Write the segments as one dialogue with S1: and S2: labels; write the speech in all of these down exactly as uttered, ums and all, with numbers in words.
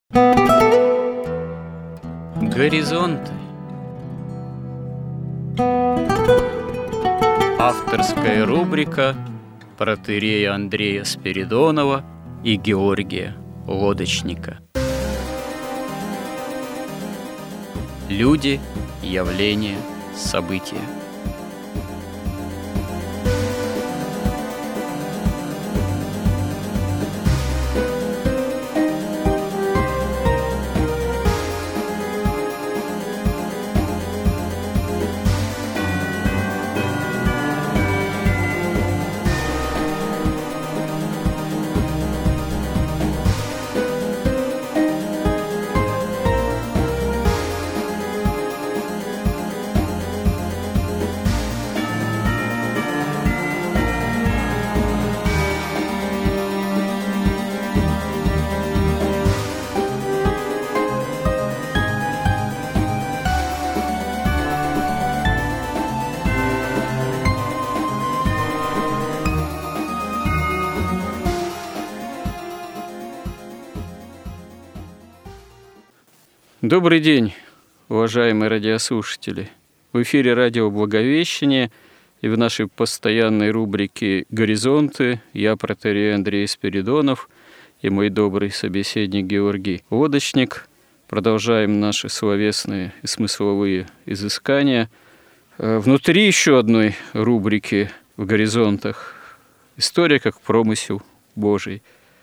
S1: Горизонты. Авторская рубрика протоиерея Андрея Спиридонова и Георгия Лодочника. Люди, явления, события. Добрый день, уважаемые радиослушатели! В эфире радио «Благовещение» и в нашей постоянной рубрике «Горизонты» я, протоиерей Андрей Спиридонов, и мой добрый собеседник Георгий Лодочник. Продолжаем наши словесные и смысловые изыскания. Внутри еще одной рубрики в «Горизонтах» «История как промысел Божий».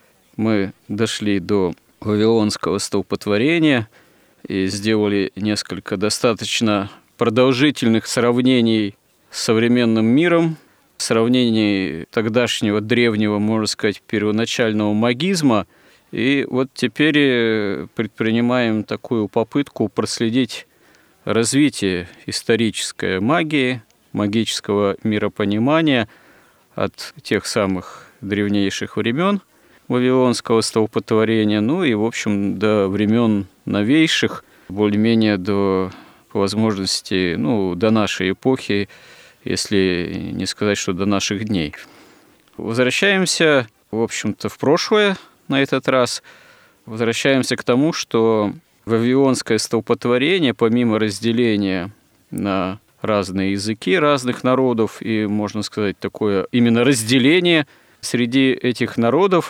S1: Мы дошли до Вавилонского столпотворения и сделали несколько достаточно продолжительных сравнений с современным миром, сравнений тогдашнего древнего, можно сказать, первоначального магизма. И вот теперь предпринимаем такую попытку проследить развитие исторической магии, магического миропонимания от тех самых древнейших времен Вавилонского столпотворения, ну и, в общем, до времен новейших, более-менее до, по возможности, ну, до нашей эпохи, если не сказать, что до наших дней. Возвращаемся, в общем-то, в прошлое на этот раз. Возвращаемся к тому, что Вавилонское столпотворение, помимо разделения на разные языки разных народов, и, можно сказать, такое именно разделение среди этих народов,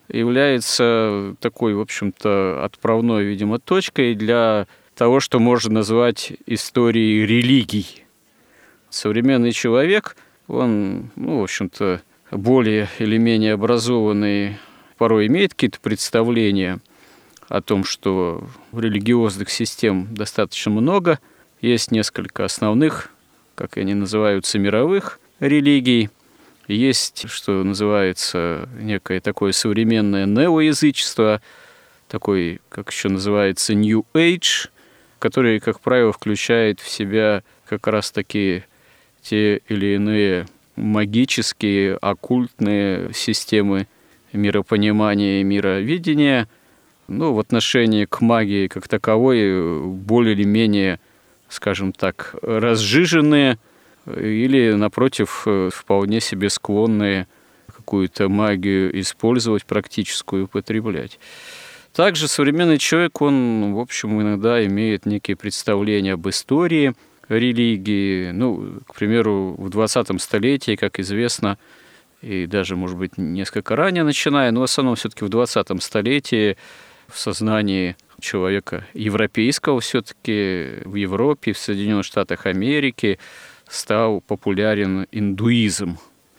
S1: является такой, в общем-то, отправной, видимо, точкой для того, что можно назвать историей религий. Современный человек, он, ну, в общем-то, более или менее образованный, порой имеет какие-то представления о том, что религиозных систем достаточно много. Есть несколько основных, как они называются, мировых религий. Есть, что называется, некое такое современное неоязычество, такой, как еще называется, New Age, который, как правило, включает в себя как раз-таки те или иные магические, оккультные системы миропонимания и мировидения. Ну, в отношении к магии как таковой более или менее, скажем так, разжиженные, или, напротив, вполне себе склонные какую-то магию использовать, практическую употреблять. Также современный человек, он, в общем, иногда имеет некие представления об истории религии. Ну, к примеру, в двадцатом столетии, как известно, и даже, может быть, несколько ранее начиная, но в основном все-таки в двадцатом столетии в сознании человека европейского все-таки в Европе, в Соединенных Штатах Америки стал популярен индуизм.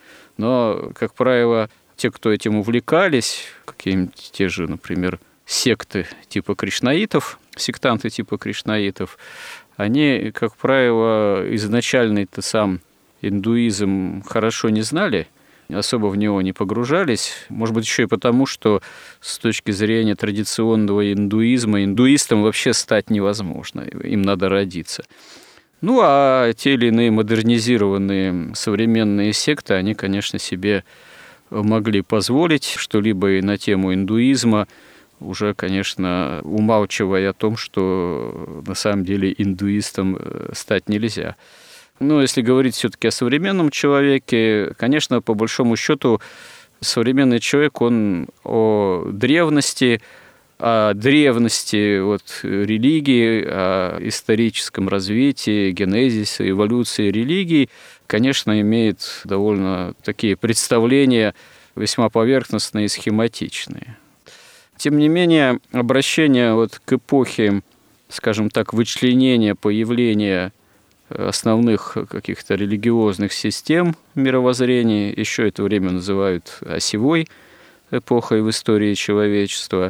S1: Но, как правило, те, кто этим увлекались, какие-нибудь те же, например, секты типа кришнаитов, сектанты типа кришнаитов, они, как правило, изначально-то сам индуизм хорошо не знали, особо в него не погружались. Может быть, еще и потому, что с точки зрения традиционного индуизма индуистом вообще стать невозможно, им надо родиться. Ну, а те или иные модернизированные современные секты, они, конечно, себе могли позволить что-либо и на тему индуизма, уже, конечно, умалчивая о том, что на самом деле индуистом стать нельзя. Но если говорить все-таки о современном человеке, конечно, по большому счету, современный человек, он о древности о древности вот, религии, о историческом развитии, генезисе, эволюции религий, конечно, имеет довольно такие представления весьма поверхностные и схематичные. Тем не менее, обращение вот к эпохе, скажем так, вычленения, появления основных каких-то религиозных систем мировоззрения, еще это время называют осевой эпохой в истории человечества,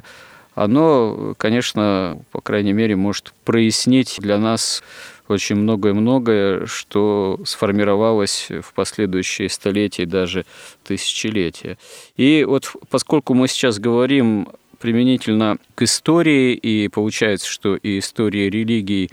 S1: оно, конечно, по крайней мере, может прояснить для нас очень многое-многое, что сформировалось в последующие столетия и даже тысячелетия. И вот поскольку мы сейчас говорим применительно к истории, и получается, что и история религий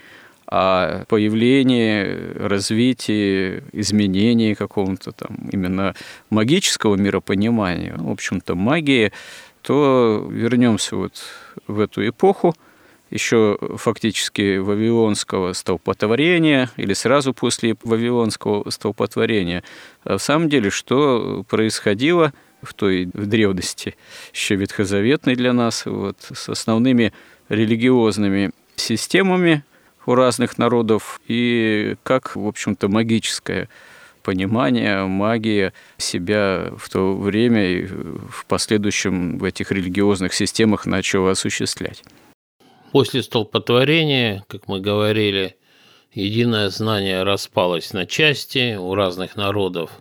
S1: о появлении, развитии, изменении какого-то там именно магического миропонимания, в общем-то, магии, то вернемся вот в эту эпоху, еще фактически вавилонского столпотворения или сразу после вавилонского столпотворения. А в самом деле, что происходило в той в древности, еще ветхозаветной для нас, вот, с основными религиозными системами у разных народов, и как, в общем-то, магическое понимание, магия себя в то время и в последующем в этих религиозных системах начала осуществлять.
S2: После столпотворения, как мы говорили, единое знание распалось на части, у разных народов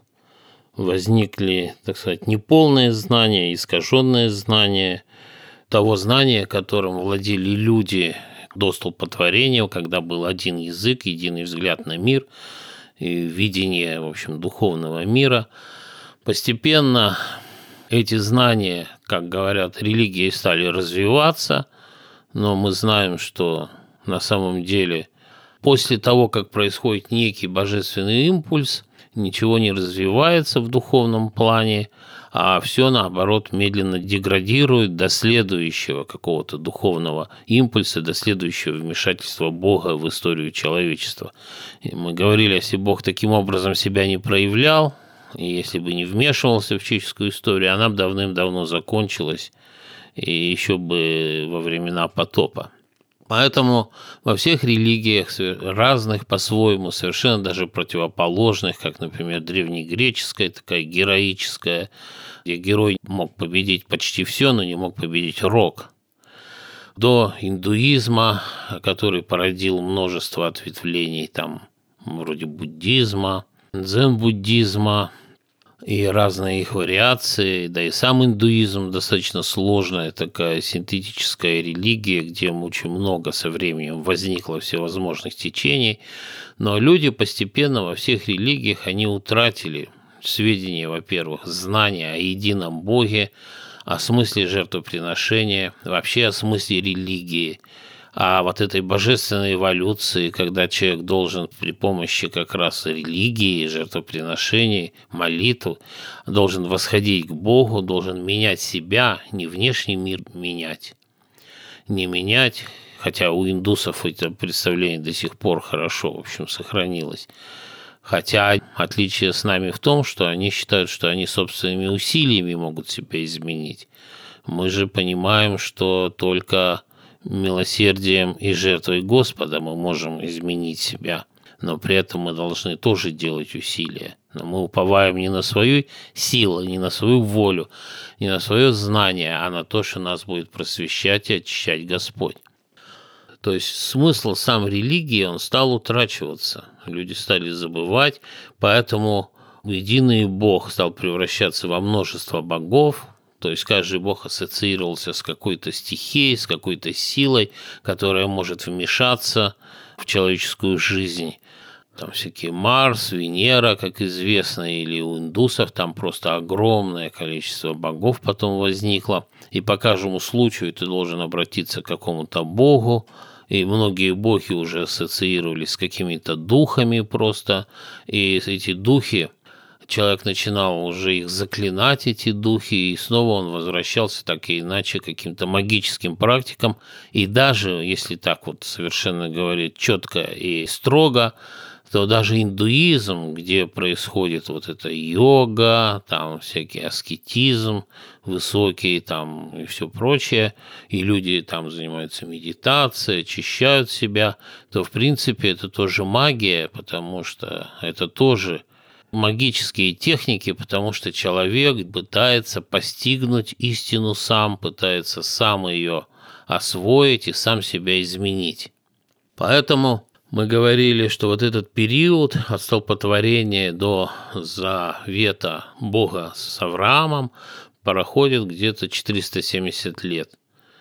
S2: возникли, так сказать, неполные знания, искаженные знания, того знания, которым владели люди до столпотворения, когда был один язык, единый взгляд на мир и видение, в общем, духовного мира. Постепенно эти знания, как говорят, религии стали развиваться, но мы знаем, что на самом деле после того, как происходит некий божественный импульс, ничего не развивается в духовном плане, а все, наоборот, медленно деградирует до следующего какого-то духовного импульса, до следующего вмешательства Бога в историю человечества. И мы говорили, если Бог таким образом себя не проявлял, и если бы не вмешивался в человеческую историю, она бы давным-давно закончилась, и еще бы во времена потопа. Поэтому во всех религиях разных по-своему, совершенно даже противоположных, как, например, древнегреческая, такая героическая, где герой мог победить почти все, но не мог победить рок, до индуизма, который породил множество ответвлений, там, вроде буддизма, дзен-буддизма, и разные их вариации, да и сам индуизм достаточно сложная такая синтетическая религия, где очень много со временем возникло всевозможных течений, но люди постепенно во всех религиях, они утратили сведения, во-первых, знания о едином Боге, о смысле жертвоприношения, вообще о смысле религии, а вот этой божественной эволюции, когда человек должен при помощи как раз религии, жертвоприношений, молитв, должен восходить к Богу, должен менять себя, не внешний мир менять, не менять, хотя у индусов это представление до сих пор хорошо, в общем, сохранилось. Хотя отличие с нами в том, что они считают, что они собственными усилиями могут себя изменить. Мы же понимаем, что только милосердием и жертвой Господа мы можем изменить себя, но при этом мы должны тоже делать усилия. Но мы уповаем не на свою силу, не на свою волю, не на свое знание, а на то, что нас будет просвещать и очищать Господь. То есть смысл сам религии, он стал утрачиваться. Люди стали забывать, поэтому единый Бог стал превращаться во множество богов. То есть каждый бог ассоциировался с какой-то стихией, с какой-то силой, которая может вмешаться в человеческую жизнь. Там всякие Марс, Венера, как известно, или у индусов там просто огромное количество богов потом возникло. И по каждому случаю ты должен обратиться к какому-то богу. И многие боги уже ассоциировались с какими-то духами просто. И эти духи, человек начинал уже их заклинать, эти духи, и снова он возвращался так и иначе к каким-то магическим практикам. И даже, если так вот совершенно говорить четко и строго, то даже индуизм, где происходит вот эта йога, там всякий аскетизм высокий, там и все прочее, и люди там занимаются медитацией, очищают себя, то, в принципе, это тоже магия, потому что это тоже магические техники, потому что человек пытается постигнуть истину сам, пытается сам ее освоить и сам себя изменить. Поэтому мы говорили, что вот этот период от столпотворения до завета Бога с Авраамом проходит где-то четыреста семьдесят лет.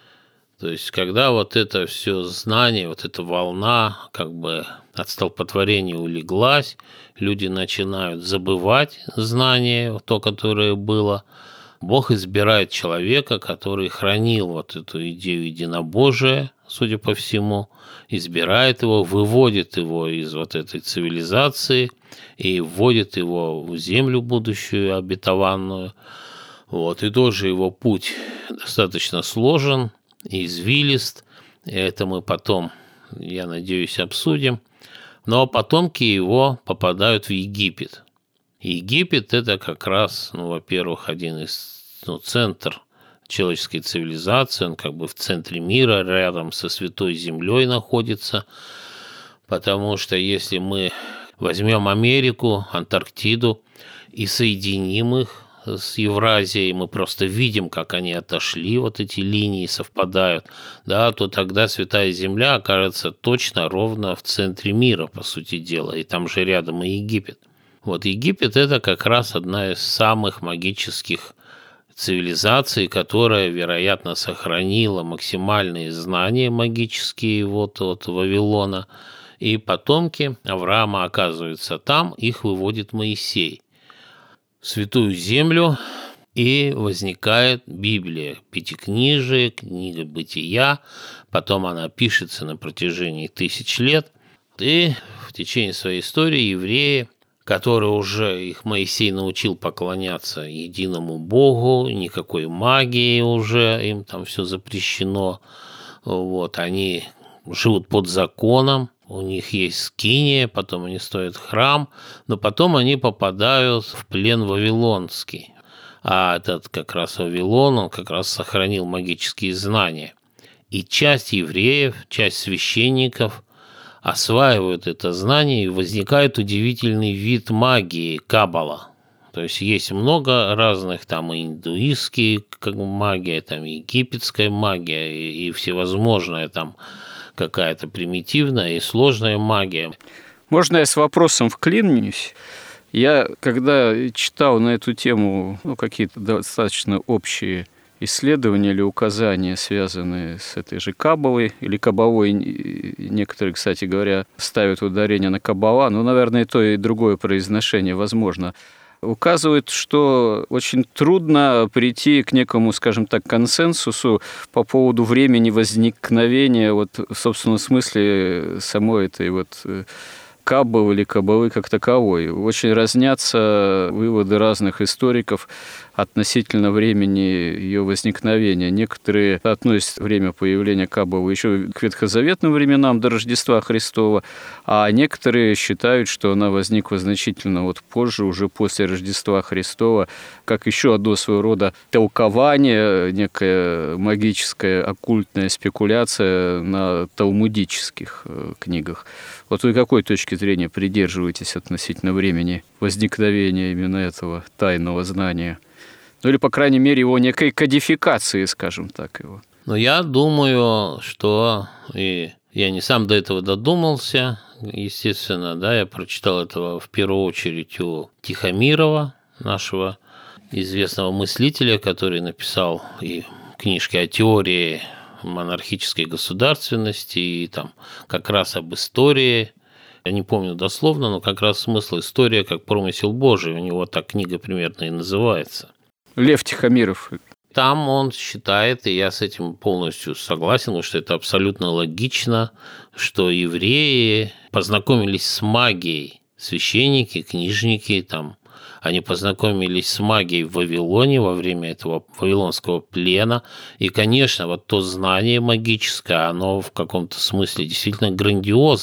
S2: То есть, когда вот это все знание, вот эта волна как бы от столпотворения улеглась, люди начинают забывать знание, то, которое было, Бог избирает человека, который хранил вот эту идею единобожия, судя по всему, избирает его, выводит его из вот этой цивилизации и вводит его в землю будущую, обетованную. Вот, и тоже его путь достаточно сложен, извилист, и это мы потом, я надеюсь, обсудим. Но потомки его попадают в Египет. Египет – это как раз, ну, во-первых, один из, ну, центр человеческой цивилизации, он как бы в центре мира, рядом со Святой Землей находится, потому что если мы возьмем Америку, Антарктиду и соединим их с Евразией, мы просто видим, как они отошли, вот эти линии совпадают, да, то тогда Святая Земля окажется точно ровно в центре мира, по сути дела, и там же рядом и Египет. Вот Египет – это как раз одна из самых магических цивилизаций, которая, вероятно, сохранила максимальные знания магические вот от Вавилона, и потомки Авраама оказываются там, их выводит Моисей в Святую Землю, и возникает Библия, Пятикнижие, книга Бытия, потом она пишется на протяжении тысяч лет, и в течение своей истории евреи, которые уже их Моисей научил поклоняться единому Богу, никакой магии уже, им там все запрещено, вот, они живут под законом, у них есть скиния, потом они строят храм, но потом они попадают в плен вавилонский. А этот как раз Вавилон, он как раз сохранил магические знания. И часть евреев, часть священников осваивают это знание, и возникает удивительный вид магии – каббала. То есть есть много разных, там и индуистские как магия, там и египетская магия, и, и всевозможная там какая-то примитивная и сложная магия.
S1: Можно я с вопросом вклинюсь? Я, когда читал на эту тему, ну, какие-то достаточно общие исследования или указания, связанные с этой же каббалой или каббалой, некоторые, кстати говоря, ставят ударение на каббала, но, наверное, и то, и другое произношение возможно, указывают, что очень трудно прийти к некому, скажем так, консенсусу по поводу времени возникновения, вот, в собственном смысле, самой этой вот каббалы или каббалы как таковой. Очень разнятся выводы разных историков относительно времени ее возникновения. Некоторые относят время появления каббалы еще к ветхозаветным временам, до Рождества Христова, а некоторые считают, что она возникла значительно вот позже, уже после Рождества Христова, как еще одно своего рода толкование, некая магическая оккультная спекуляция на талмудических книгах. Вот вы какой точки зрения придерживаетесь относительно времени возникновения именно этого тайного знания? Ну или, по крайней мере, его некой кодификации, скажем так, его.
S2: Но я думаю, что и я не сам до этого додумался, естественно, да, я прочитал этого в первую очередь у Тихомирова, нашего известного мыслителя, который написал и книжки о теории монархической государственности, и там как раз об истории, я не помню дословно, но как раз смысл история как промысел Божий, у него так книга примерно и называется.
S1: Лев Тихомиров.
S2: Там он считает, и я с этим полностью согласен, что это абсолютно логично, что евреи познакомились с магией, священники, книжники, там, они познакомились с магией в Вавилоне во время этого вавилонского плена. И, конечно, вот то знание магическое, оно в каком-то смысле действительно грандиозно.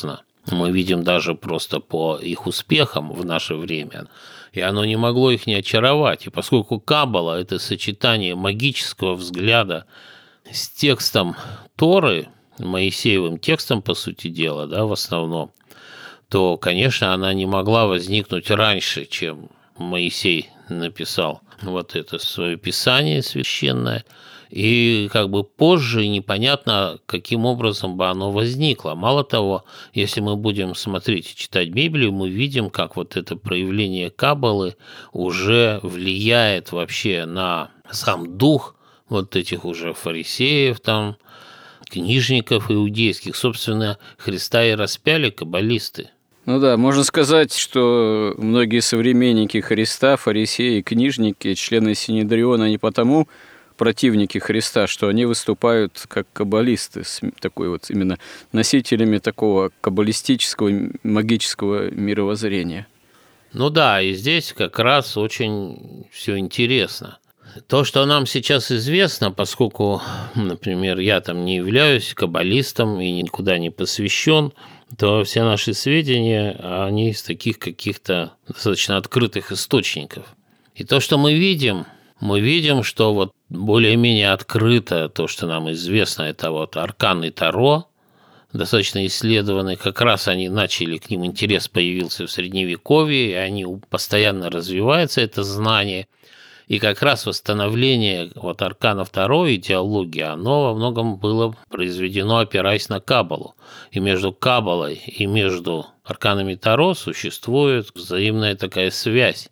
S2: Мы видим даже просто по их успехам в наше время. И оно не могло их не очаровать. И поскольку Каббала – это сочетание магического взгляда с текстом Торы, Моисеевым текстом, по сути дела, да, в основном, то, конечно, она не могла возникнуть раньше, чем Моисей написал вот это свое писание священное. И как бы позже непонятно, каким образом бы оно возникло. Мало того, если мы будем смотреть и читать Библию, мы видим, как вот это проявление Каббалы уже влияет вообще на сам дух вот этих уже фарисеев, там, книжников иудейских. Собственно, Христа и распяли каббалисты.
S1: Ну да, можно сказать, что многие современники Христа, фарисеи, книжники, члены Синедриона, они потому противники Христа, что они выступают как каббалисты, с такой вот именно носителями такого каббалистического магического мировоззрения.
S2: Ну да, и здесь как раз очень все интересно. То, что нам сейчас известно, поскольку, например, я там не являюсь каббалистом и никуда не посвящен, то все наши сведения, они из таких каких-то достаточно открытых источников. И то, что мы видим, мы видим, что вот более-менее открыто то, что нам известно, это вот арканы Таро, достаточно исследованы, как раз они начали, к ним интерес появился в Средневековье, и они постоянно развиваются, это знание. И как раз восстановление вот арканов Таро и теологии, оно во многом было произведено, опираясь на Каббалу. И между Каббалой и между арканами Таро существует взаимная такая связь.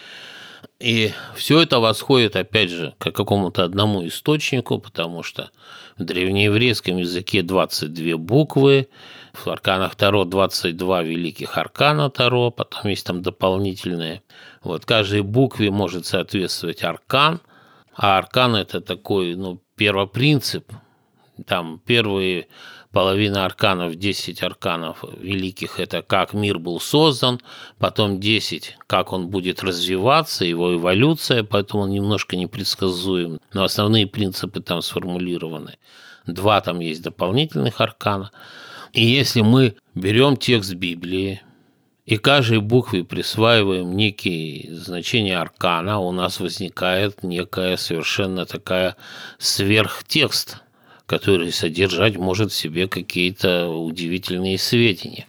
S2: И все это восходит, опять же, к какому-то одному источнику, потому что в древнееврейском языке двадцать две буквы, в арканах Таро двадцать два великих аркана Таро, потом есть там дополнительные. Вот каждой букве может соответствовать аркан, а аркан – это такой, ну, первопринцип. Там первые половина арканов, десять арканов великих – это как мир был создан, потом десять – как он будет развиваться, его эволюция, поэтому он немножко непредсказуем, но основные принципы там сформулированы. Два там есть дополнительных аркана. И если мы берем текст Библии и каждой букве присваиваем некие значения аркана, у нас возникает некая совершенно такая сверхтекст, который содержать может в себе какие-то удивительные сведения.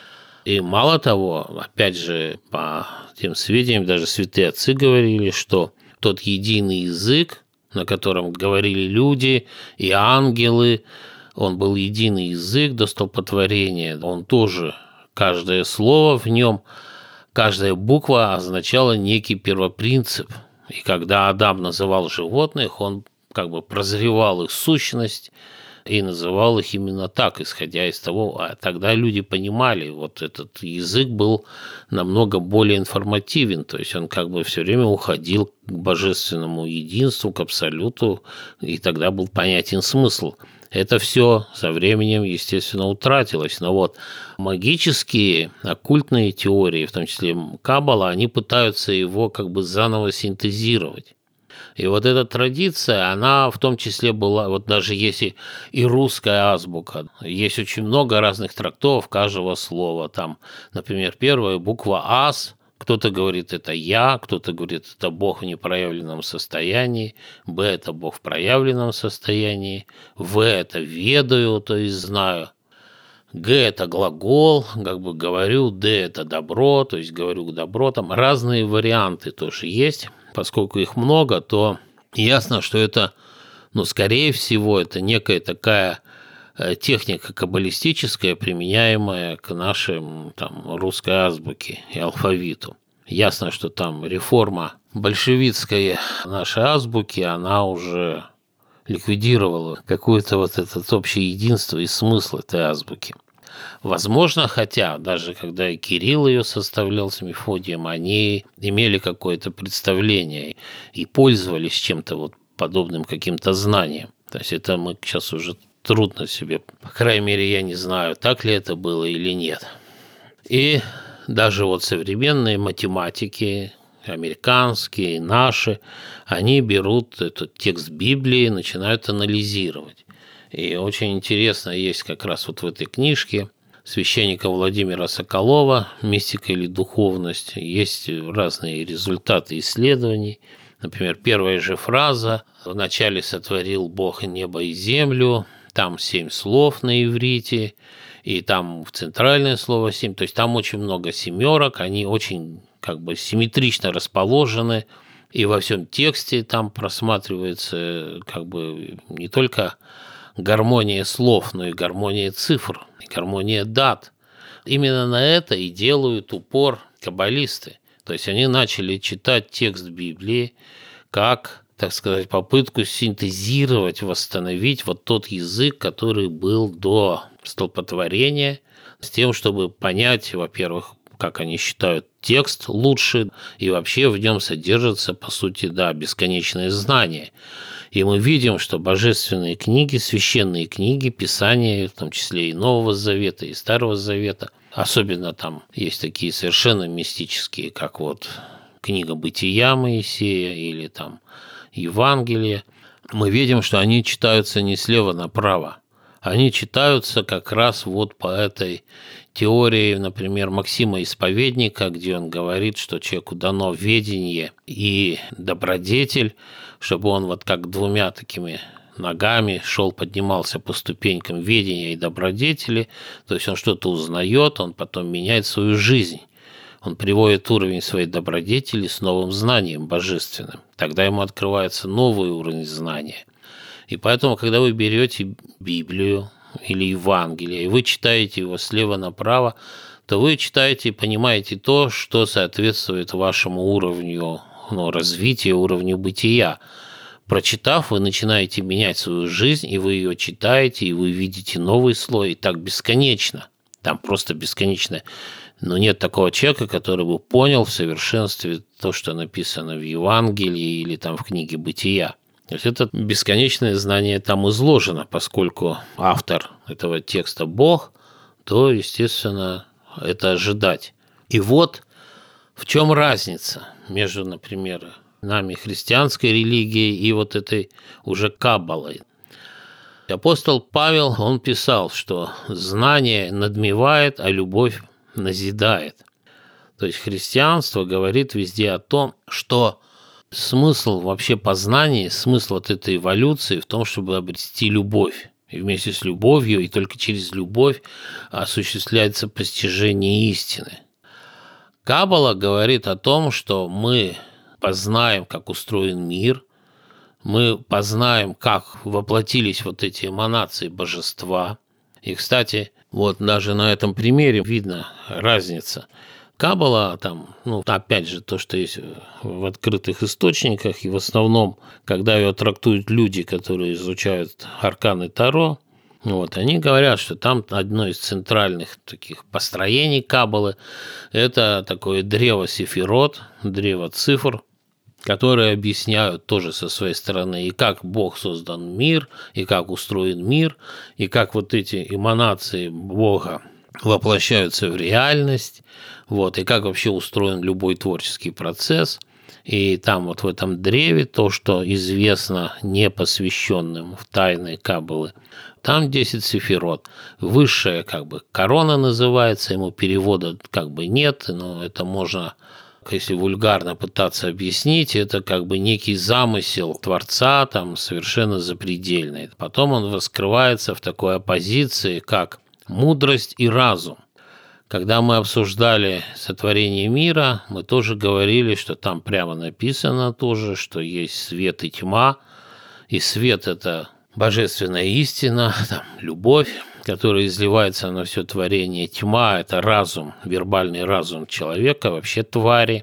S2: И мало того, опять же, по тем сведениям, даже святые отцы говорили, что тот единый язык, на котором говорили люди и ангелы, он был единый язык до столпотворения, он тоже, каждое слово в нем, каждая буква означала некий первопринцип. И когда Адам называл животных, он как бы прозревал их сущность и называл их именно так, исходя из того, а тогда люди понимали, вот этот язык был намного более информативен, то есть он как бы все время уходил к божественному единству, к абсолюту, и тогда был понятен смысл. Это все со временем, естественно, утратилось. Но вот магические, оккультные теории, в том числе Каббала, они пытаются его как бы заново синтезировать. И вот эта традиция, она в том числе была, вот даже если и русская азбука, есть очень много разных трактовок каждого слова. Там, например, первая буква «ас», кто-то говорит, это «я», кто-то говорит, это Бог в непроявленном состоянии, «б» – это Бог в проявленном состоянии, «в» – это «ведаю», то есть «знаю», «г» – это глагол, как бы говорю, «д» – это добро, то есть говорю добро, там разные варианты тоже есть. Поскольку их много, то ясно, что это, ну, скорее всего, это некая такая техника каббалистическая, применяемая к нашим там, русской азбуке и алфавиту. Ясно, что там реформа большевистской нашей азбуки, она уже ликвидировала какое-то вот это общее единство и смысл этой азбуки. Возможно, хотя даже когда и Кирилл ее составлял с Мефодием, они имели какое-то представление и пользовались чем-то вот подобным каким-то знанием. То есть это мы сейчас уже трудно себе, по крайней мере, я не знаю, так ли это было или нет. И даже вот современные математики, американские, наши, они берут этот текст Библии и начинают анализировать. И очень интересно есть как раз вот в этой книжке священника Владимира Соколова «Мистика или духовность». Есть разные результаты исследований. Например, первая же фраза «Вначале сотворил Бог небо и землю», там семь слов на иврите, и там центральное слово семь, то есть там очень много семерок, они очень как бы симметрично расположены, и во всем тексте там просматривается как бы не только гармония слов, но и гармония цифр, и гармония дат. Именно на это и делают упор каббалисты. То есть они начали читать текст Библии как, так сказать, попытку синтезировать, восстановить вот тот язык, который был до столпотворения, с тем, чтобы понять, во-первых, как они считают текст лучше, и вообще в нем содержится, по сути, да, бесконечное знание. И мы видим, что божественные книги, священные книги, Писания, в том числе и Нового Завета, и Старого Завета, особенно там есть такие совершенно мистические, как вот книга Бытия Моисея или там Евангелие, мы видим, что они читаются не слева направо. Они читаются как раз вот по этой теории, например, Максима Исповедника, где он говорит, что человеку дано ведение и добродетель, чтобы он вот как двумя такими ногами шел, поднимался по ступенькам ведения и добродетели, то есть он что-то узнает, он потом меняет свою жизнь. Он приводит уровень своей добродетели с новым знанием божественным. Тогда ему открывается новый уровень знания. И поэтому, когда вы берете Библию или Евангелие, и вы читаете его слева направо, то вы читаете и понимаете то, что соответствует вашему уровню, ну, развития, уровню бытия. Прочитав, вы начинаете менять свою жизнь, и вы ее читаете, и вы видите новый слой, и так бесконечно. Там просто бесконечно. Но нет такого человека, который бы понял в совершенстве то, что написано в Евангелии или там в книге «Бытия». То есть это бесконечное знание там изложено, поскольку автор этого текста Бог, то, естественно, это ожидать. И вот в чем разница между, например, нами христианской религией и вот этой уже каббалой. Апостол Павел, он писал, что знание надмевает, а любовь назидает. То есть христианство говорит везде о том, что смысл вообще познания, смысл вот этой эволюции в том, чтобы обрести любовь. И вместе с любовью, и только через любовь осуществляется постижение истины. Каббала говорит о том, что мы познаем, как устроен мир, мы познаем, как воплотились вот эти эманации божества. И, кстати, вот даже на этом примере видно разница. Каббала, там, ну, опять же, то, что есть в открытых источниках, и в основном, когда ее трактуют люди, которые изучают арканы Таро, вот, они говорят, что там одно из центральных таких построений каббалы – это такое древо сефирот, древо цифр, которые объясняют тоже со своей стороны, и как Бог создан мир, и как устроен мир, и как вот эти эманации Бога воплощаются в реальность, вот, и как вообще устроен любой творческий процесс. И там вот в этом древе то, что известно непосвященным в тайны каббалы, там десять сефирот. Высшая как бы корона называется, ему перевода как бы нет, но это можно, если вульгарно пытаться объяснить, это как бы некий замысел Творца, там совершенно запредельный. Потом он раскрывается в такой оппозиции, как мудрость и разум. Когда мы обсуждали сотворение мира, мы тоже говорили, что там прямо написано тоже, что есть свет и тьма, и свет – это божественная истина, там, любовь, которая изливается на все творение. Тьма – это разум, вербальный разум человека, вообще твари.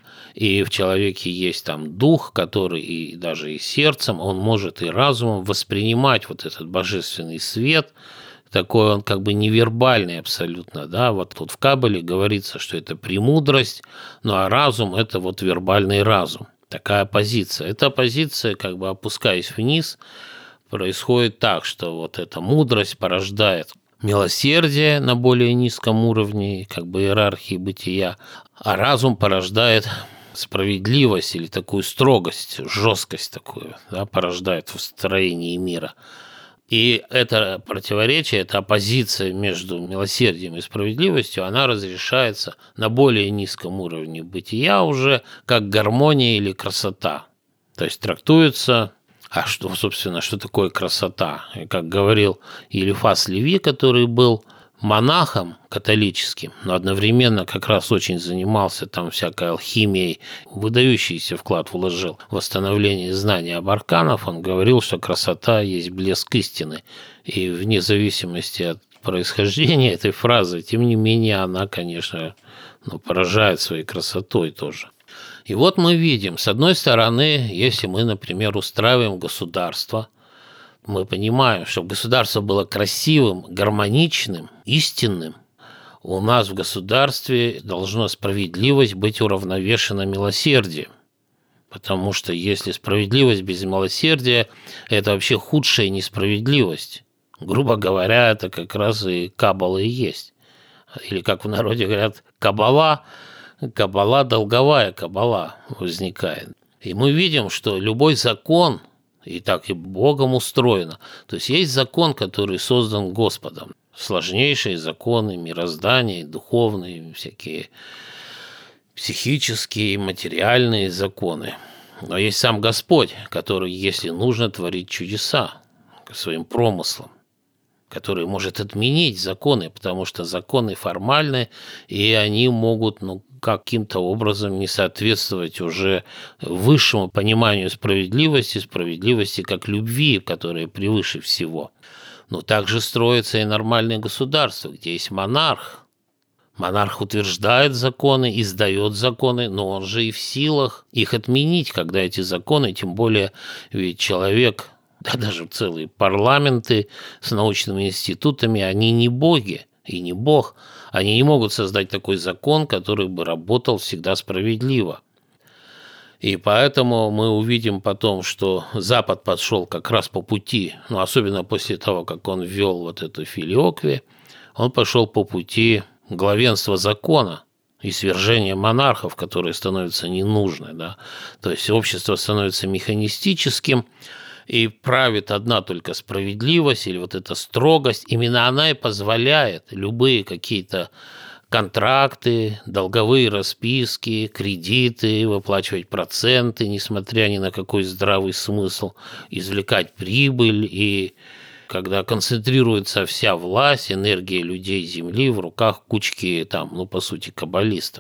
S2: И в человеке есть там дух, который и даже и сердцем, он может и разумом воспринимать вот этот божественный свет. Такой он как бы невербальный абсолютно, да, вот тут в Каббале говорится, что это премудрость, ну а разум – это вот вербальный разум, такая позиция. Эта позиция, как бы опускаясь вниз, происходит так, что вот эта мудрость порождает милосердие на более низком уровне, как бы иерархии бытия, а разум порождает справедливость или такую строгость, жесткость такую, да, порождает в строении мира. И это противоречие, эта оппозиция между милосердием и справедливостью, она разрешается на более низком уровне бытия уже как гармония или красота. То есть трактуется, а что, собственно, что такое красота? И как говорил Елифас Леви, который был монахом католическим, но одновременно как раз очень занимался там всякой алхимией, выдающийся вклад вложил в восстановление знаний об арканах, он говорил, что красота есть блеск истины. И вне зависимости от происхождения этой фразы, тем не менее, она, конечно, ну, поражает своей красотой тоже. И вот мы видим, с одной стороны, если мы, например, устраиваем государство, мы понимаем, чтобы государство было красивым, гармоничным, истинным, у нас в государстве должна справедливость быть уравновешена милосердием. Потому что если справедливость без милосердия – это вообще худшая несправедливость. Грубо говоря, это как раз и каббала и есть. Или, как в народе говорят, каббала, каббала, долговая каббала возникает. И мы видим, что любой закон – и так и Богом устроено. То есть есть закон, который создан Господом. Сложнейшие законы, мироздания, духовные, всякие психические, материальные законы. Но есть сам Господь, который, если нужно, творит чудеса своим промыслом, который может отменить законы, потому что законы формальны, и они могут, ну, каким-то образом не соответствовать уже высшему пониманию справедливости, справедливости как любви, которая превыше всего. Но также строится и нормальное государство, где есть монарх. Монарх утверждает законы, издает законы, но он же и в силах их отменить, когда эти законы, тем более ведь человек, да даже целые парламенты с научными институтами, они не боги и не бог. Они не могут создать такой закон, который бы работал всегда справедливо. И поэтому мы увидим потом, что Запад пошел как раз по пути, ну, особенно после того, как он ввел вот эту филиоквию, он пошел по пути главенства закона и свержения монархов, которые становятся ненужны. Да? То есть общество становится механистическим, и правит одна только справедливость или вот эта строгость. Именно она и позволяет любые какие-то контракты, долговые расписки, кредиты, выплачивать проценты, несмотря ни на какой здравый смысл, извлекать прибыль. И когда концентрируется вся власть, энергия людей Земли в руках кучки, там, ну, по сути, каббалистов.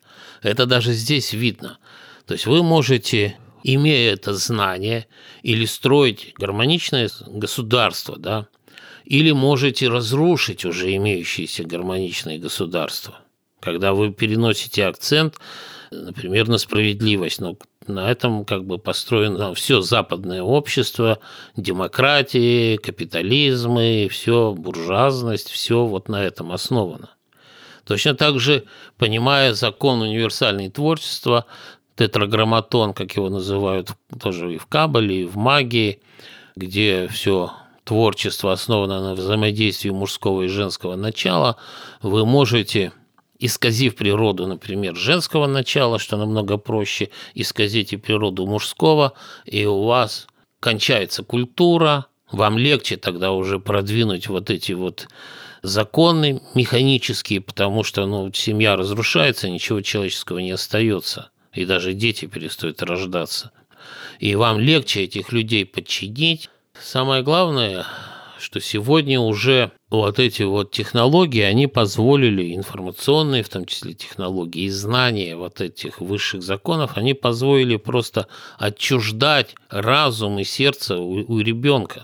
S2: Это даже здесь видно. То есть вы можете, имея это знание, или строить гармоничное государство, да, или можете разрушить уже имеющиеся гармоничные государства, когда вы переносите акцент, например, на справедливость. Но на этом как бы построено все западное общество, демократия, капитализм, и все, буржуазность, все вот на этом основано. Точно так же, понимая закон универсального творчества, тетраграмматон, как его называют, тоже и в каббале, и в магии, где все творчество основано на взаимодействии мужского и женского начала, вы можете, исказив природу, например, женского начала, что намного проще, исказите природу мужского, и у вас кончается культура, вам легче тогда уже продвинуть вот эти вот законы механические, потому что, ну, семья разрушается, ничего человеческого не остается. И даже дети перестают рождаться. И вам легче этих людей подчинить. Самое главное, что сегодня уже вот эти вот технологии, они позволили, информационные, в том числе технологии, и знания вот этих высших законов, они позволили просто отчуждать разум и сердце у, у ребенка.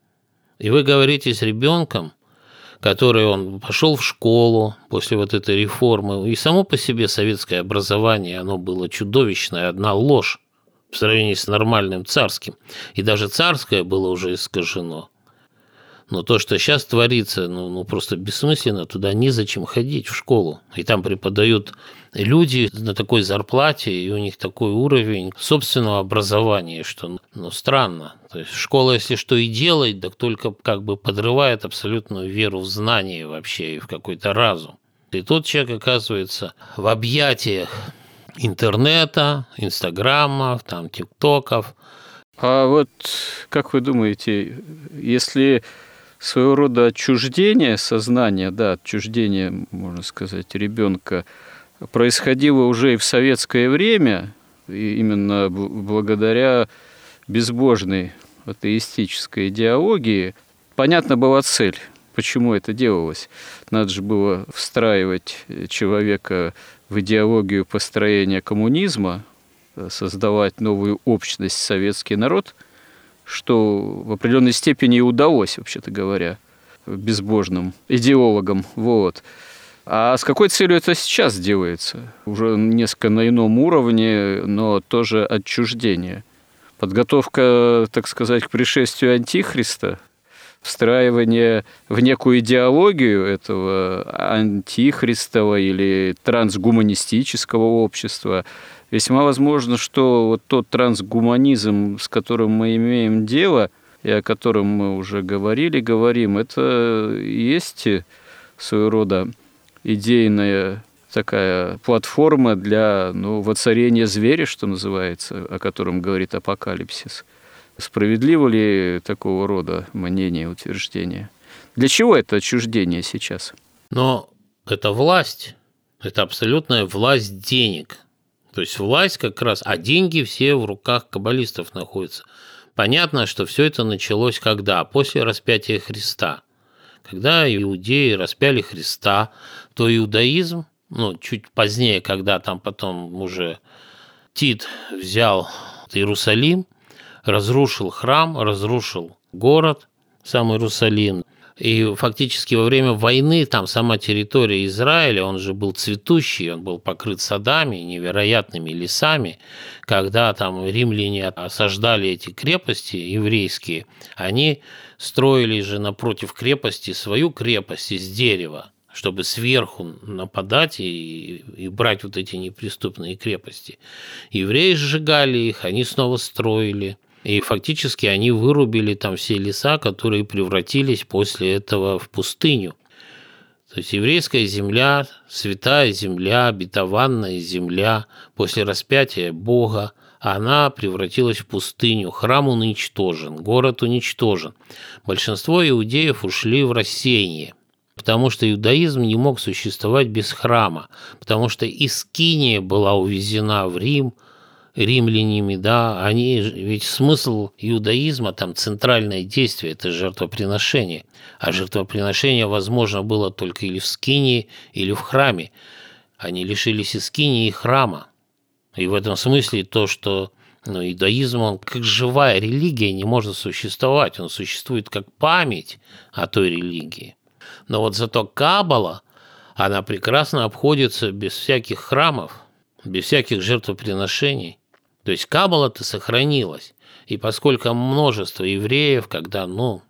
S2: И вы говорите с ребенком, который он пошел в школу после вот этой реформы, и само по себе советское образование, оно было чудовищное, одна ложь в сравнении с нормальным царским. И даже царское было уже искажено. Но то, что сейчас творится, ну, ну просто бессмысленно, туда незачем ходить в школу. И там преподают люди на такой зарплате, и у них такой уровень собственного образования, что, ну, странно. То есть школа, если что и делает, так только как бы подрывает абсолютную веру в знания вообще и в какой-то разум. И тот человек оказывается в объятиях интернета, инстаграмов, там, тиктоков,
S1: А вот как вы думаете, если своего рода отчуждение сознания, да, отчуждение, можно сказать, ребенка происходило уже и в советское время, и именно благодаря безбожной атеистической идеологии, понятна была цель, почему это делалось. Надо же было встраивать человека в идеологию построения коммунизма, создавать новую общность, советский народ, что в определенной степени и удалось, вообще-то говоря, безбожным идеологам. Вот. А с какой целью это сейчас делается? Уже несколько на ином уровне, но тоже отчуждение. Подготовка, так сказать, к пришествию Антихриста, встраивание в некую идеологию этого антихристового или трансгуманистического общества. Весьма возможно, что вот тот трансгуманизм, с которым мы имеем дело, и о котором мы уже говорили, говорим, это и есть своего рода идейная такая платформа для, ну, воцарения зверя, что называется, о котором говорит Апокалипсис. Справедливо ли такого рода мнение, утверждение? Для чего это отчуждение сейчас?
S2: Но это власть, это абсолютная власть денег. То есть власть как раз, а деньги все в руках каббалистов находятся. Понятно, что все это началось когда? После распятия Христа. Когда иудеи распяли Христа, то иудаизм, ну, чуть позднее, когда там потом уже Тит взял Иерусалим, разрушил храм, разрушил город, сам Иерусалим. И фактически во время войны там сама территория Израиля, он же был цветущий, он был покрыт садами, невероятными лесами. Когда там римляне осаждали эти крепости еврейские, они строили же напротив крепости свою крепость из дерева, чтобы сверху нападать и, и брать вот эти неприступные крепости. Евреи сжигали их, они снова строили. И фактически они вырубили там все леса, которые превратились после этого в пустыню. То есть еврейская земля, святая земля, обетованная земля, после распятия Бога, она превратилась в пустыню. Храм уничтожен, город уничтожен. Большинство иудеев ушли в рассеяние, потому что иудаизм не мог существовать без храма, потому что Искиния была увезена в Рим, римлянами, да, они, ведь смысл иудаизма, там центральное действие – это жертвоприношение, а жертвоприношение возможно было только или в скинии, или в храме. Они лишились и скинии, и храма. И в этом смысле то, что ну, иудаизм, он как живая религия не может существовать, он существует как память о той религии. Но вот зато Каббала, она прекрасно обходится без всяких храмов, без всяких жертвоприношений. То есть Каббала-то сохранилась. И поскольку множество евреев, когда, ну,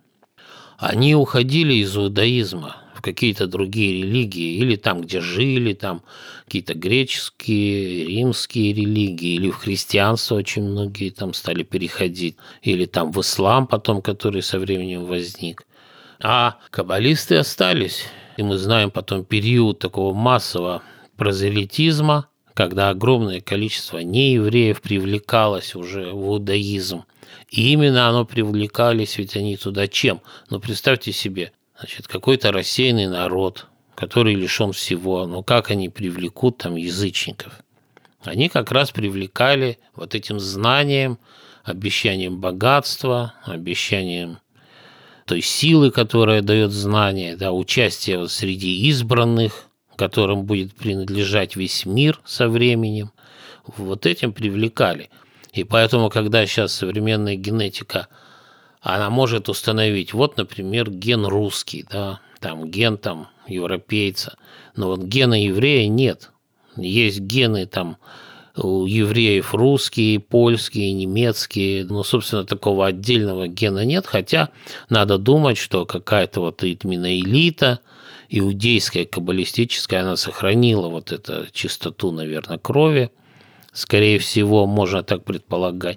S2: они уходили из иудаизма в какие-то другие религии, или там, где жили, там какие-то греческие, римские религии, или в христианство очень многие там стали переходить, или там в ислам потом, который со временем возник. А каббалисты остались. И мы знаем потом период такого массового прозелитизма, когда огромное количество неевреев привлекалось уже в иудаизм. И именно оно привлекались, ведь они туда чем? Ну, представьте себе, значит, какой-то рассеянный народ, который лишен всего. Ну, как они привлекут там язычников? Они как раз привлекали вот этим знанием, обещанием богатства, обещанием той силы, которая дает знание, да, участие вот среди избранных, которым будет принадлежать весь мир со временем, вот этим привлекали. И поэтому, когда сейчас современная генетика, она может установить, вот, например, ген русский, да, там ген там европейца, но вот гена еврея нет. Есть гены там у евреев русские, польские, немецкие, но, собственно, такого отдельного гена нет, хотя надо думать, что какая-то вот именно элита, иудейская, каббалистическая, она сохранила вот эту чистоту, наверное, крови. Скорее всего, можно так предполагать.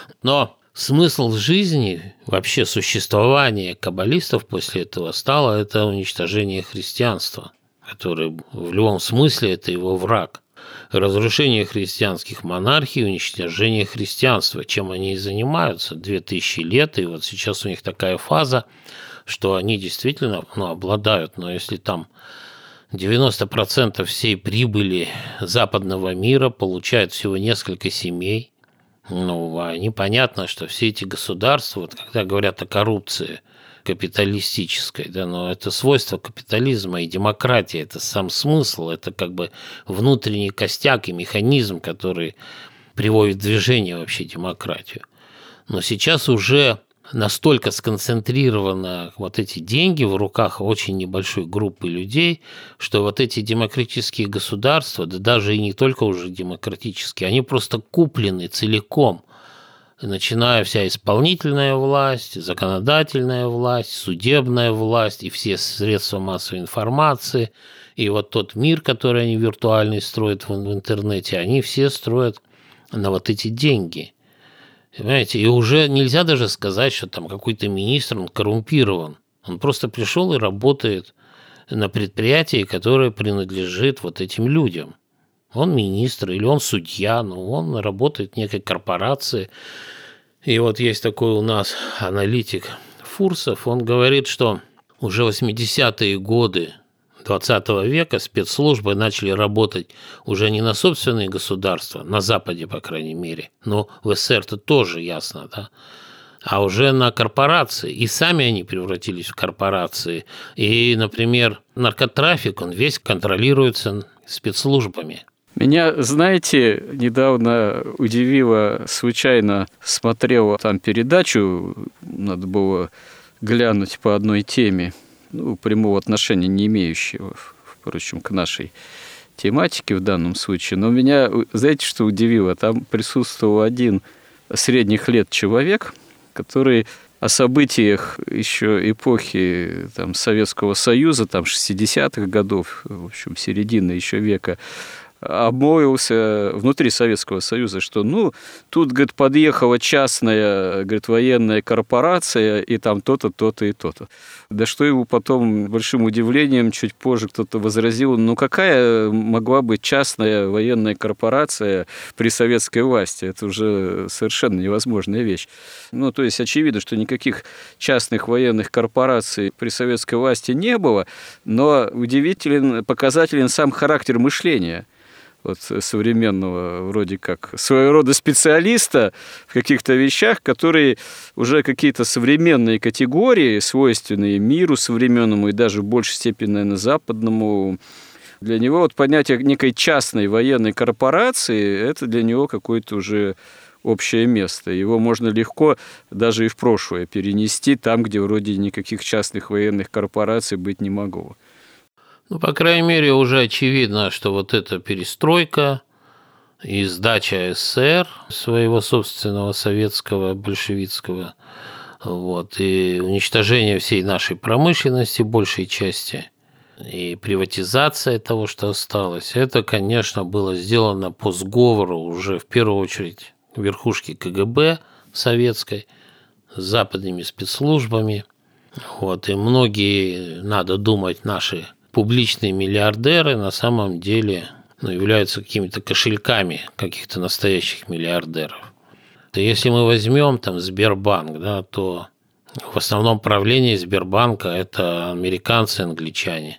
S2: Но смысл жизни, вообще существования каббалистов после этого стало это уничтожение христианства, которое в любом смысле это его враг. разрушение христианских монархий, уничтожение христианства, чем они и занимаются две тысячи лет, и вот сейчас у них такая фаза, что они действительно ну, обладают, но если там девяносто процентов всей прибыли западного мира получают всего несколько семей, ну, они понятно, что все эти государства, вот когда говорят о коррупции капиталистической, да, но это свойство капитализма и демократии, это сам смысл, это как бы внутренний костяк и механизм, который приводит в движение вообще демократию. Но сейчас уже настолько сконцентрированы вот эти деньги в руках очень небольшой группы людей, что вот эти демократические государства, да даже и не только уже демократические, они просто куплены целиком, начиная вся исполнительная власть, законодательная власть, судебная власть и все средства массовой информации, и вот тот мир, который они виртуальный строят в интернете, они все строят на вот эти деньги. Понимаете, и уже нельзя даже сказать, что там какой-то министр, он коррумпирован. Он просто пришел и работает на предприятии, которое принадлежит вот этим людям. Он министр или он судья, но он работает в некой корпорации. И вот есть такой у нас аналитик Фурсов, он говорит, что уже в восьмидесятые годы двадцатого века спецслужбы начали работать уже не на собственные государства, на Западе, по крайней мере, но в СССР-то тоже ясно, да, а уже на корпорации. И сами они превратились в корпорации. И, например, наркотрафик, он весь контролируется спецслужбами.
S1: Меня, знаете, недавно удивило, случайно смотрел там передачу, надо было глянуть по одной теме, ну, прямого отношения не имеющего, впрочем, к нашей тематике в данном случае. Но меня, знаете, что удивило? Там присутствовал один средних лет человек, который о событиях еще эпохи там, Советского Союза, там, шестидесятых годов, в общем, середины еще века, обмолвился внутри Советского Союза, что, ну, тут, говорит, подъехала частная, говорит, военная корпорация, и там то-то, то-то и то-то. Да что ему потом большим удивлением чуть позже кто-то возразил, ну, какая могла быть частная военная корпорация при советской власти? Это уже совершенно невозможная вещь. Ну, то есть, очевидно, что никаких частных военных корпораций при советской власти не было, но удивителен, показателен сам характер мышления вот современного, вроде как, своего рода специалиста в каких-то вещах, которые уже какие-то современные категории, свойственные миру современному и даже в большей степени, наверное, западному. Для него вот понятие некой частной военной корпорации – это для него какое-то уже общее место. Его можно легко даже и в прошлое перенести, там, где вроде никаких частных военных корпораций быть не могло.
S2: Ну, по крайней мере, уже очевидно, что вот эта перестройка и сдача СССР, своего собственного советского, большевистского, вот, и уничтожение всей нашей промышленности, большей части, и приватизация того, что осталось, это, конечно, было сделано по сговору уже в первую очередь верхушки КГБ советской с западными спецслужбами. Вот, и многие, надо думать, наши публичные миллиардеры на самом деле ну, являются какими-то кошельками каких-то настоящих миллиардеров. То если мы возьмем там Сбербанк, да, то в основном правление Сбербанка – это американцы, англичане.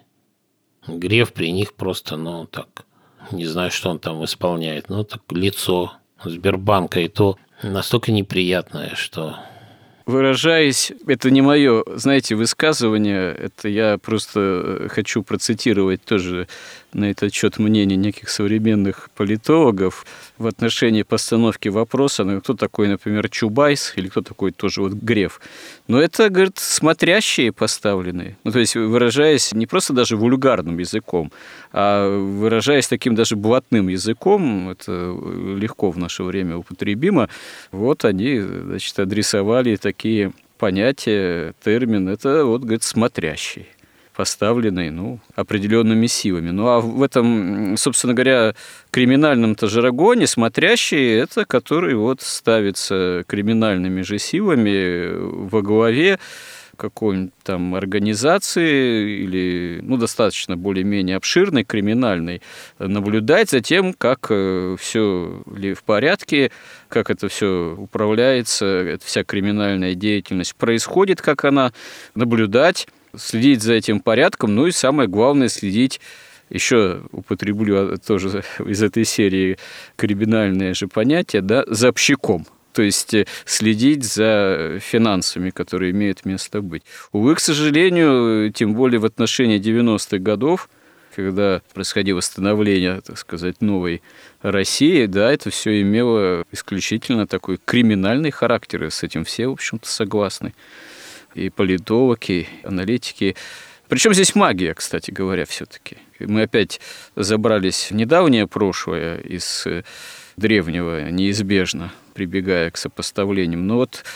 S2: Греф при них просто, ну, так, не знаю, что он там исполняет, ну, так, лицо Сбербанка, и то настолько неприятное, что...
S1: Выражаясь, это не мое, знаете, высказывание, это я просто хочу процитировать тоже на этот счет мнение неких современных политологов в отношении постановки вопроса, ну, кто такой, например, Чубайс или кто такой тоже вот Греф. Но это, говорит, смотрящие поставленные. Ну, то есть, выражаясь не просто даже вульгарным языком, а выражаясь таким даже блатным языком, это легко в наше время употребимо, вот они, значит, адресовали такие понятия, термин, это вот, говорит, смотрящий, поставленный, ну, определенными силами. Ну, а в этом, собственно говоря, криминальном-то жаргоне смотрящий – это который вот ставится криминальными же силами во главе какой-нибудь там организации или, ну, достаточно более-менее обширной, криминальной, наблюдать за тем, как все ли в порядке, как это все управляется, вся криминальная деятельность происходит, как она, наблюдать, следить за этим порядком, ну и самое главное, следить, еще употреблю тоже из этой серии криминальное же понятие, да, за общаком. То есть следить за финансами, которые имеют место быть. Увы, к сожалению, тем более в отношении девяностых годов, когда происходило становление, так сказать, новой России, да, это все имело исключительно такой криминальный характер, и с этим все, в общем-то, согласны. И политологи, и аналитики. Причем здесь магия, кстати говоря, все-таки. Мы опять забрались в недавнее прошлое из древнего, неизбежно, прибегая к сопоставлениям. Но вот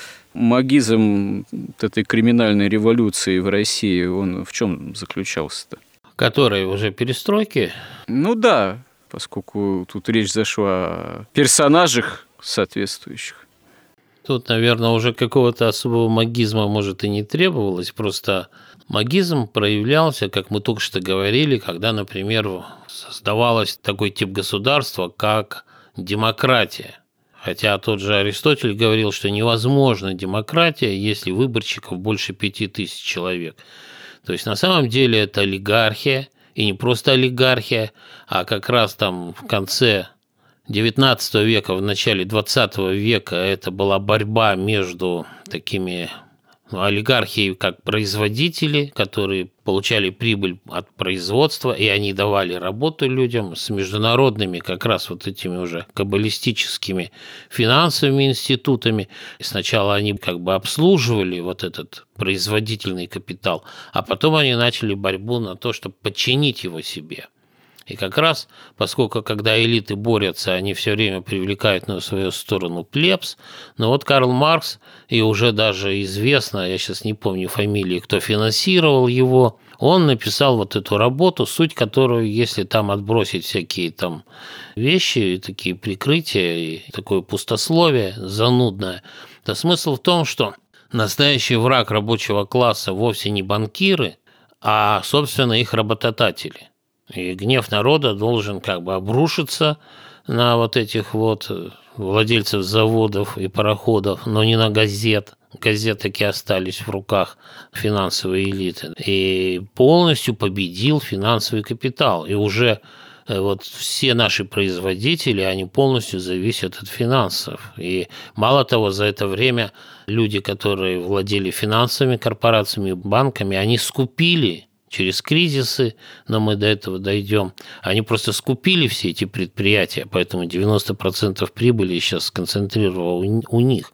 S1: магизм этой криминальной революции в России, он в чем заключался-то?
S2: Которые уже перестройки?
S1: Ну да, поскольку тут речь зашла о персонажах соответствующих.
S2: Тут, наверное, уже какого-то особого магизма, может, и не требовалось, просто магизм проявлялся, как мы только что говорили, когда, например, создавалось такой тип государства, как демократия. Хотя тот же Аристотель говорил, что невозможна демократия, если выборщиков больше пяти тысяч человек. То есть на самом деле это олигархия, и не просто олигархия, а как раз там в конце девятнадцатого века, в начале двадцатого века это была борьба между такими ну, олигархией как производители, которые получали прибыль от производства, и они давали работу людям, с международными как раз вот этими уже каббалистическими финансовыми институтами. И сначала они как бы обслуживали вот этот производительный капитал, а потом они начали борьбу на то, чтобы подчинить его себе. И как раз, поскольку когда элиты борются, они все время привлекают на свою сторону плебс, но вот Карл Маркс, и уже даже известно, я сейчас не помню фамилии, кто финансировал его, он написал вот эту работу, суть которую, если там отбросить всякие там вещи, такие прикрытия и такое пустословие занудное, то смысл в том, что настоящий враг рабочего класса вовсе не банкиры, а, собственно, их работодатели. И гнев народа должен как бы обрушиться на вот этих вот владельцев заводов и пароходов, но не на газет. Газеты таки остались в руках финансовой элиты. И полностью победил финансовый капитал. И уже вот все наши производители, они полностью зависят от финансов. И мало того, за это время люди, которые владели финансовыми корпорациями, банками, они скупили через кризисы, но мы до этого дойдем. Они просто скупили все эти предприятия, поэтому девяносто процентов прибыли сейчас сконцентрировал у них.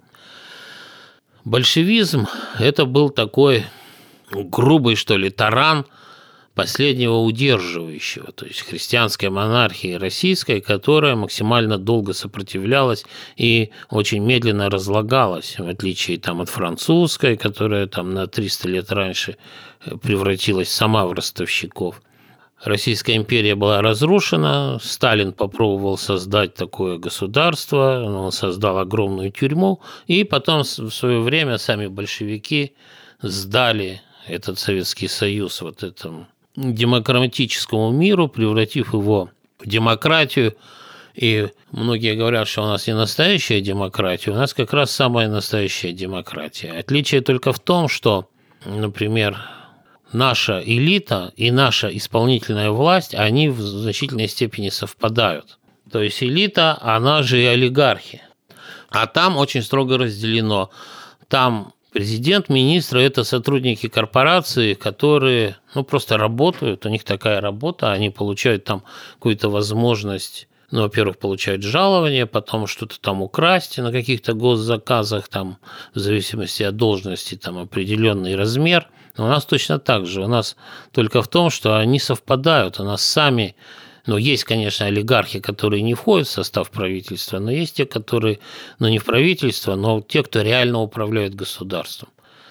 S2: Большевизм – это был такой грубый, что ли, таран последнего удерживающего, то есть христианской монархии российской, которая максимально долго сопротивлялась и очень медленно разлагалась, в отличие там, от французской, которая там на триста лет раньше превратилась сама в ростовщиков. Российская империя была разрушена, Сталин попробовал создать такое государство, он создал огромную тюрьму, и потом в свое время сами большевики сдали этот Советский Союз вот этому демократическому миру, превратив его в демократию. И многие говорят, что у нас не настоящая демократия, у нас как раз самая настоящая демократия. Отличие только в том, что, например, наша элита и наша исполнительная власть, они в значительной степени совпадают. То есть элита, она же и олигархи. А там очень строго разделено. Там президент, министры – это сотрудники корпорации, которые ну, просто работают, у них такая работа, они получают там какую-то возможность, ну, во-первых, получают жалование, потом что-то там украсть на каких-то госзаказах, там, в зависимости от должности, там, определенный размер. Но у нас точно так же. У нас только в том, что они совпадают, у нас сами. Ну, есть, конечно, олигархи, которые не входят в состав правительства, но есть те, которые, ну, не в правительство, но те, кто реально управляет государством.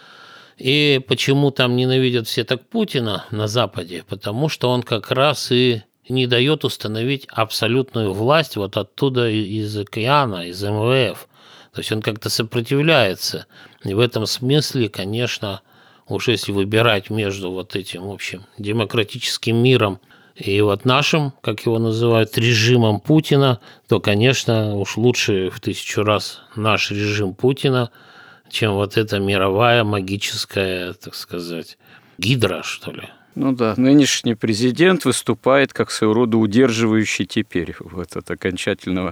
S2: И почему там ненавидят все так Путина на Западе? Потому что он как раз и не дает установить абсолютную власть вот оттуда из океана, из эм вэ эф. То есть он как-то сопротивляется. И в этом смысле, конечно, уж если выбирать между вот этим, в общем, демократическим миром и вот нашим, как его называют, режимом Путина, то, конечно, уж лучше в тысячу раз наш режим Путина, чем вот эта мировая магическая, так сказать, гидра, что ли.
S1: Ну да, нынешний президент выступает как своего рода удерживающий теперь вот от окончательного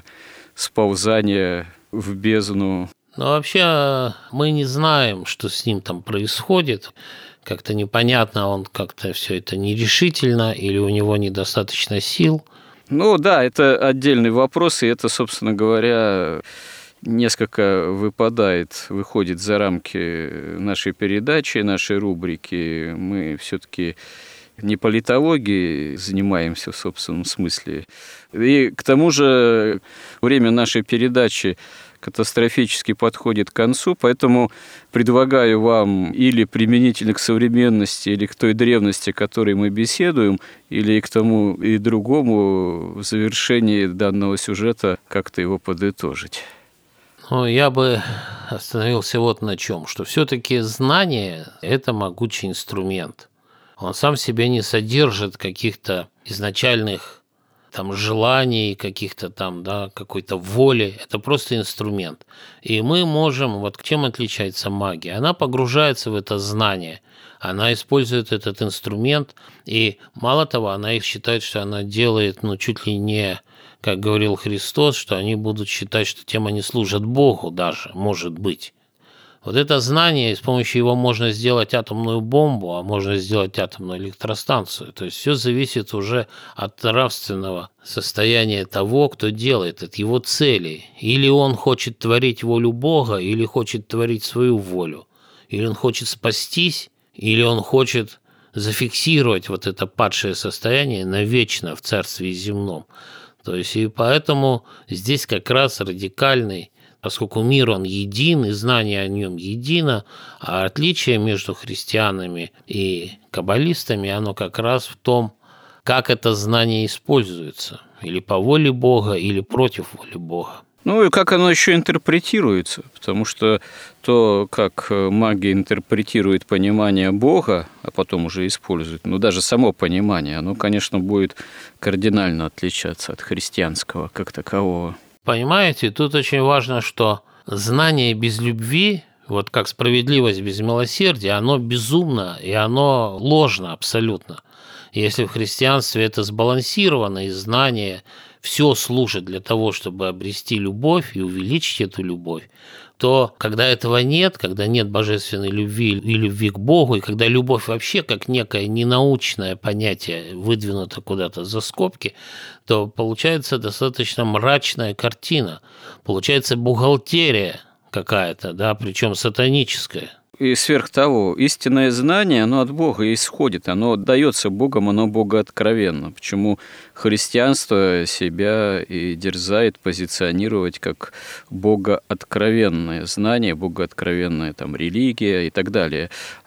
S1: сползания в бездну.
S2: Но вообще мы не знаем, что с ним там происходит. Как-то непонятно, он как-то все это нерешительно или у него недостаточно сил.
S1: Ну да, это отдельный вопрос, и это, собственно говоря, несколько выпадает, выходит за рамки нашей передачи, нашей рубрики. Мы все-таки не политологией занимаемся в собственном смысле. И к тому же время нашей передачи катастрофически подходит к концу, поэтому предлагаю вам или применительно к современности, или к той древности, о которой мы беседуем, или к тому и другому в завершении данного сюжета как-то его подытожить.
S2: Ну, я бы остановился вот на чем, что все-таки знание – это могучий инструмент. Он сам в себе не содержит каких-то изначальных там желаний, каких-то там, да, какой-то воли. Это просто инструмент. И мы можем, вот чем отличается магия? Она погружается в это знание, она использует этот инструмент, и мало того, она их считает, что она делает, ну, чуть ли не, как говорил Христос, что они будут считать, что тем они служат Богу даже, может быть. Вот это знание, и с помощью его можно сделать атомную бомбу, а можно сделать атомную электростанцию. То есть все зависит уже от нравственного состояния того, кто делает, от его целей. Или он хочет творить волю Бога, или хочет творить свою волю. Или он хочет спастись, или он хочет зафиксировать вот это падшее состояние навечно в Царстве Земном. То есть и поэтому здесь как раз радикальный, поскольку мир, он един, и знание о нем едино, а отличие между христианами и каббалистами, оно как раз в том, как это знание используется, или по воле Бога, или против воли Бога.
S1: Ну и как оно еще интерпретируется, потому что то, как магия интерпретирует понимание Бога, а потом уже использует, ну даже само понимание, оно, конечно, будет кардинально отличаться от христианского как такового.
S2: Понимаете, тут очень важно, что знание без любви, вот как справедливость без милосердия, оно безумно и оно ложно абсолютно. Если в христианстве это сбалансировано, и знание все служит для того, чтобы обрести любовь и увеличить эту любовь, то когда этого нет, когда нет божественной любви и любви к Богу, и когда любовь вообще как некое ненаучное понятие выдвинуто куда-то за скобки, то получается достаточно мрачная картина, получается бухгалтерия какая-то, да, причем сатаническая.
S1: И сверх того, истинное знание, оно от Бога исходит, оно дается Богом, оно богооткровенно. Почему христианство себя и дерзает позиционировать как богооткровенное знание, богооткровенная там религия и так далее.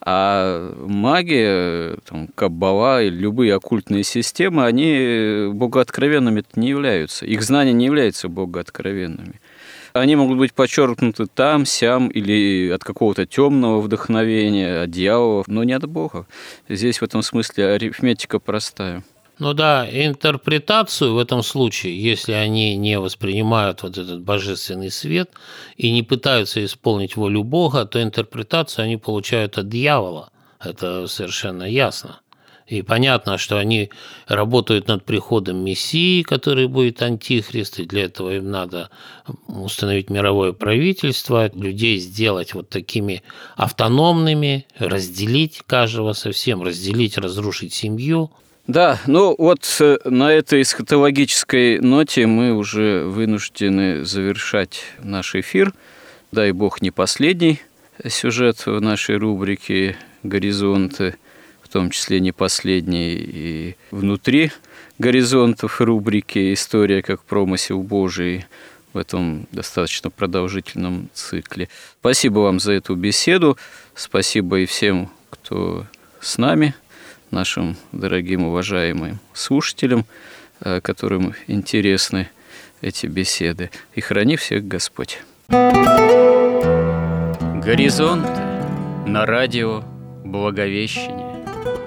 S1: А магия, там, каббала и любые оккультные системы, они богооткровенными не являются. Их знания не являются богооткровенными. Они могут быть подчеркнуты там, сям, или от какого-то темного вдохновения, от дьяволов, но не от Бога. Здесь в этом смысле арифметика простая.
S2: Ну да, интерпретацию в этом случае, если они не воспринимают вот этот божественный свет и не пытаются исполнить волю Бога, то интерпретацию они получают от дьявола. Это совершенно ясно. И понятно, что они работают над приходом Мессии, который будет антихрист, и для этого им надо установить мировое правительство, людей сделать вот такими автономными, разделить каждого совсем, разделить, разрушить семью.
S1: Да, ну вот на этой эсхатологической ноте мы уже вынуждены завершать наш эфир. Дай Бог, не последний сюжет в нашей рубрике «Горизонты», в том числе не последний и внутри горизонтов рубрики «История как промысел Божий» в этом достаточно продолжительном цикле. Спасибо вам за эту беседу, спасибо и всем, кто с нами, нашим дорогим уважаемым слушателям, которым интересны эти беседы. И храни всех Господь. Горизонт на радио Благовещение.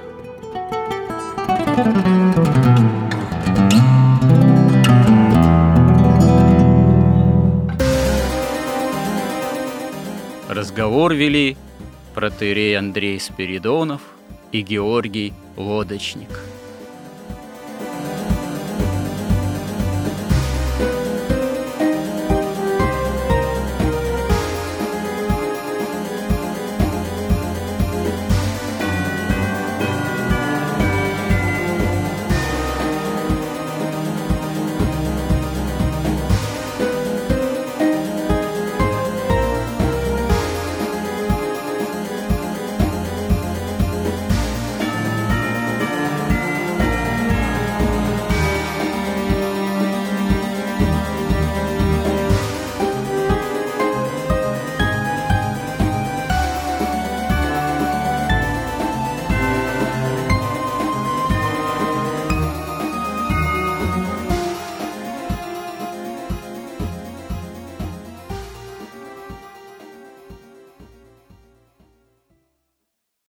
S1: Разговор вели протоиерей Андрей Спиридонов и Георгий Лодочник.